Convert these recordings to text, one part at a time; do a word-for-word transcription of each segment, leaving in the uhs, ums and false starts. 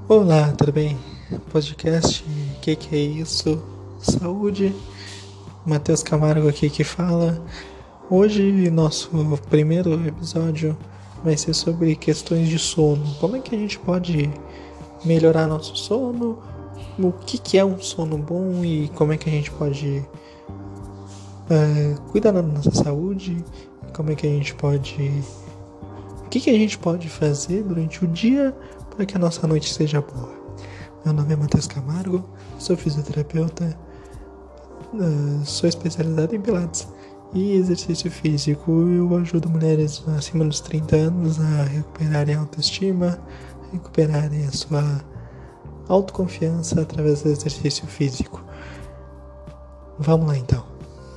Olá, tudo bem? Podcast, que que é isso? Saúde, Matheus Camargo aqui que fala. Hoje nosso primeiro episódio vai ser sobre questões de sono. Como é que a gente pode melhorar nosso sono? O que que é um sono bom e como é que a gente pode é, cuidar da nossa saúde? Como é que a gente pode... O que que a gente pode fazer durante o dia para que a nossa noite seja boa? Meu nome é Matheus Camargo, sou fisioterapeuta, sou especializado em pilates e exercício físico. Eu ajudo mulheres acima dos trinta anos a recuperarem a autoestima, recuperarem a sua autoconfiança através do exercício físico. Vamos lá então.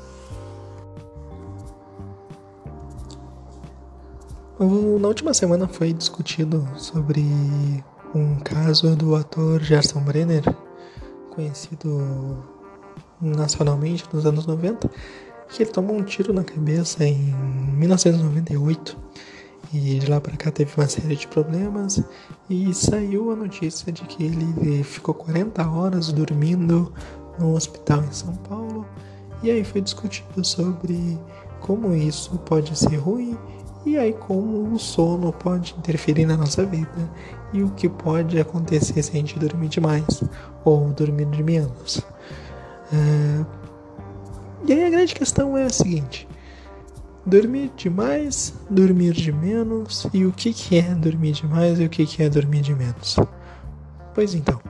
Na última semana foi discutido sobre um caso do ator Gerson Brenner, conhecido nacionalmente nos anos noventa, que ele tomou um tiro na cabeça em mil novecentos e noventa e oito e de lá para cá teve uma série de problemas e saiu a notícia de que ele ficou quarenta horas dormindo no hospital em São Paulo, e aí foi discutido sobre como isso pode ser ruim e aí como o sono pode interferir na nossa vida e o que pode acontecer se a gente dormir demais ou dormir de menos. É... E aí a grande questão é a seguinte: dormir demais, dormir de menos, e o que, que é dormir demais e o que, que é dormir de menos? Pois então,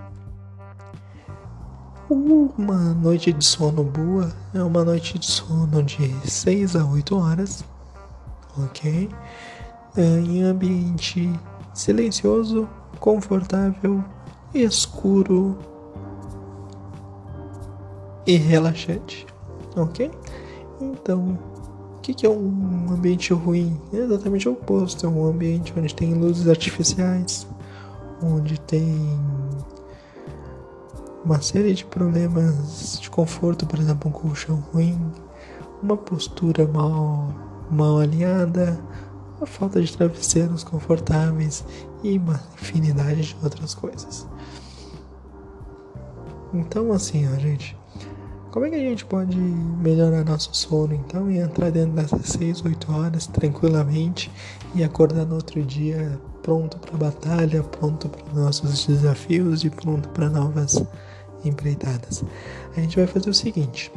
uma noite de sono boa é uma noite de sono de seis a oito horas, ok? É, em ambiente silencioso, confortável, escuro e relaxante, ok? Então, o que, que é um ambiente ruim? É exatamente o oposto. É um ambiente onde tem luzes artificiais, onde tem uma série de problemas de conforto, por exemplo, um colchão ruim, uma postura mal, mal alinhada, a falta de travesseiros confortáveis e uma infinidade de outras coisas. Então, assim, ó, gente, como é que a gente pode melhorar nosso sono, então, e entrar dentro dessas seis, oito horas tranquilamente e acordar no outro dia pronto para a batalha, pronto para nossos desafios e pronto para novas empreitadas? A gente vai fazer o seguinte.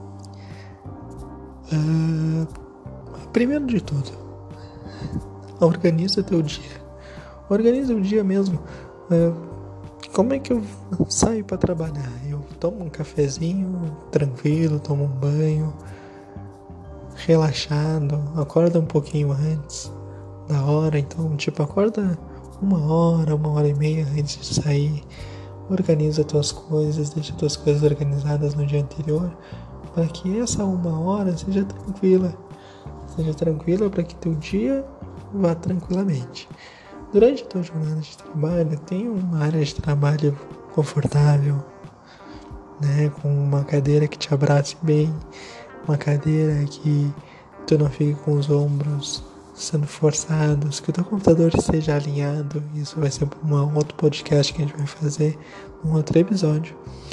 Uh, primeiro de tudo, organiza teu dia. Organiza o dia mesmo. Uh, como é que eu saio para trabalhar? Eu tomo um cafezinho tranquilo, tomo um banho, relaxado, acorda um pouquinho antes da hora, então tipo, acorda uma hora, uma hora e meia antes de sair, organiza tuas coisas, deixa tuas coisas organizadas no dia anterior, para que essa uma hora seja tranquila, seja tranquila para que teu dia vá tranquilamente. Durante a tua jornada de trabalho, tem uma área de trabalho confortável, né, com uma cadeira que te abrace bem, uma cadeira que tu não fique com os ombros sendo forçados, que o teu computador esteja alinhado. Isso vai ser um outro podcast que a gente vai fazer, um outro episódio.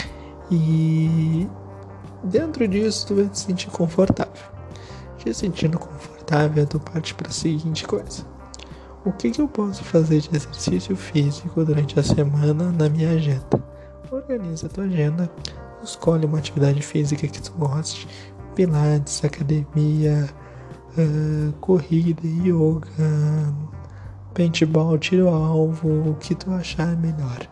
E dentro disso tu vai te sentir confortável. Te sentindo confortável, tu parte para a seguinte coisa: o que, que eu posso fazer de exercício físico durante a semana na minha agenda? Organiza a tua agenda, escolhe uma atividade física que tu goste, pilates, academia, uh, corrida, yoga, paintball, tiro ao alvo, o que tu achar melhor.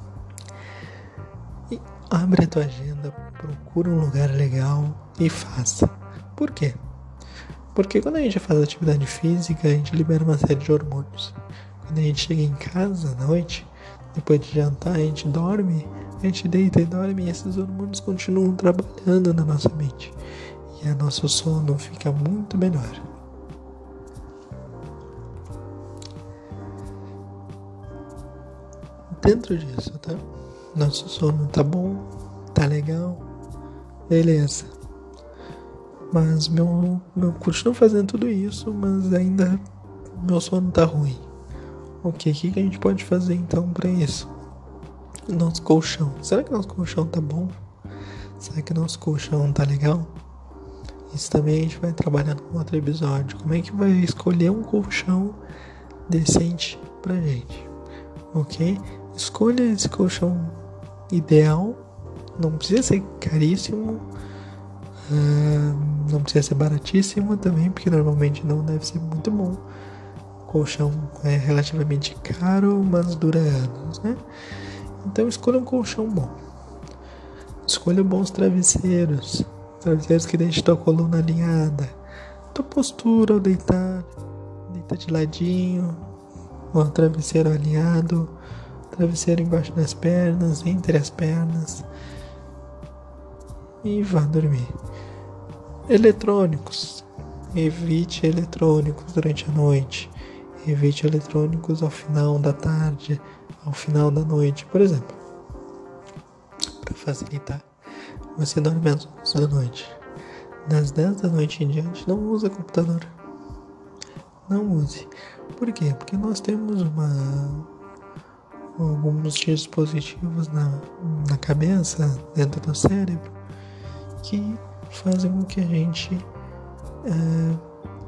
E abre a tua agenda, procura um lugar legal e faça. Por quê? Porque quando a gente faz atividade física, a gente libera uma série de hormônios. Quando a gente chega em casa à noite, depois de jantar, a gente dorme, a gente deita e dorme, e esses hormônios continuam trabalhando na nossa mente. E o nosso sono fica muito melhor. Dentro disso, tá? Nosso sono tá bom, tá legal, beleza. Mas meu, meu continuo fazendo tudo isso, mas ainda meu sono tá ruim. Ok, o que, que a gente pode fazer então para isso? nosso colchão. Será que nosso colchão tá bom? Será que nosso colchão tá legal? Isso também a gente vai trabalhar no outro episódio. Como é que vai escolher um colchão decente pra gente? Ok? Escolha esse colchão ideal. Não precisa ser caríssimo. Uh, não precisa ser baratíssimo também, porque normalmente não deve ser muito bom. O colchão é relativamente caro, mas dura anos, né? Então escolha um colchão bom. Escolha bons travesseiros. Travesseiros que deixem tua coluna alinhada. Tua postura ao deitar. Deita de ladinho. Um travesseiro alinhado. Travesseiro embaixo das pernas, entre as pernas. E vá dormir. Eletrônicos. Evite eletrônicos durante a noite. Evite eletrônicos ao final da tarde, ao final da noite, por exemplo. Para facilitar, você dorme às onze da noite. Das dez da noite em diante, não use computador. Não use. Por quê? Porque nós temos uma... alguns dispositivos na, na cabeça, dentro do cérebro, que fazem com que a gente é,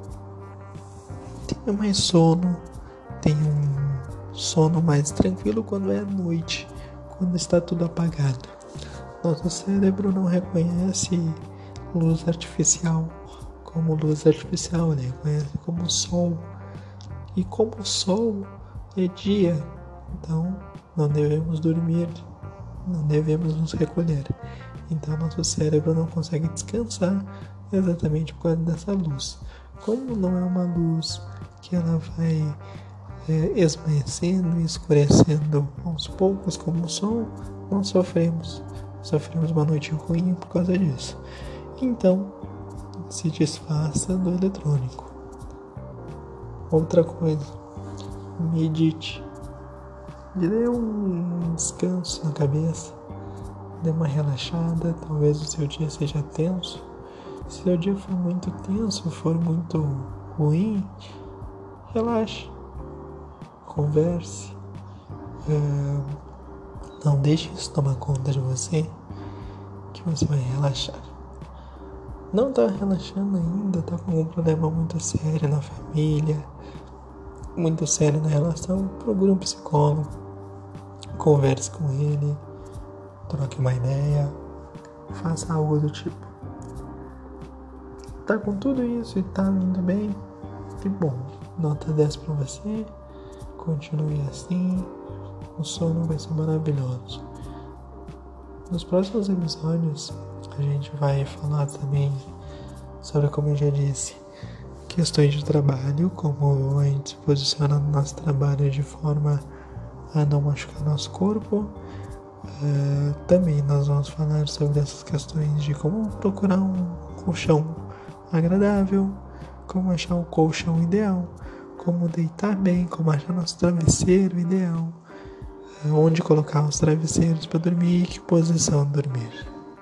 tenha mais sono, tenha um sono mais tranquilo quando é à noite, quando está tudo apagado. Nosso cérebro não reconhece luz artificial como luz artificial, ele reconhece como sol. E como o sol é dia, então não devemos dormir, não devemos nos recolher. Então nosso cérebro não consegue descansar exatamente por causa dessa luz. Como não é uma luz que ela vai é, esmaecendo e escurecendo aos poucos como o sol, nós sofremos. Sofremos uma noite ruim por causa disso. Então, se desfaça do eletrônico. Outra coisa, medite. Dê um descanso na cabeça. Dê uma relaxada. Talvez o seu dia seja tenso. Se o seu dia for muito tenso, for muito ruim, relaxe. Converse. Uh, não deixe isso tomar conta de você, que você vai relaxar. Não tá relaxando ainda, tá com algum problema muito sério na família, muito sério na relação, procure um psicólogo, converse com ele, troque uma ideia, faça algo do tipo. Tá com tudo isso e tá indo bem? Que bom, nota dez pra você, continue assim, o sono vai ser maravilhoso. Nos próximos episódios a gente vai falar também sobre, como eu já disse, questões de trabalho, como a gente se posiciona no nosso trabalho de forma a não machucar nosso corpo. Uh, também nós vamos falar sobre essas questões de como procurar um colchão agradável, como achar o colchão ideal, como deitar bem, como achar nosso travesseiro ideal, uh, onde colocar os travesseiros para dormir e que posição dormir.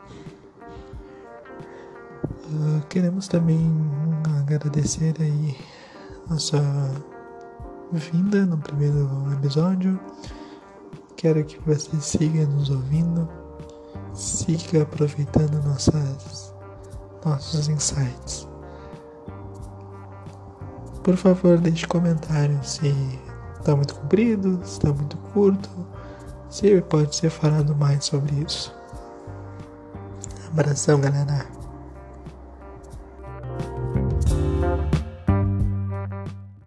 Uh, queremos também agradecer aí nossa vinda no primeiro episódio. Quero que você siga nos ouvindo, siga aproveitando nossas, nossos insights. Por favor, deixe comentário se está muito comprido, se está muito curto, se pode ser falado mais sobre isso. Abração, galera!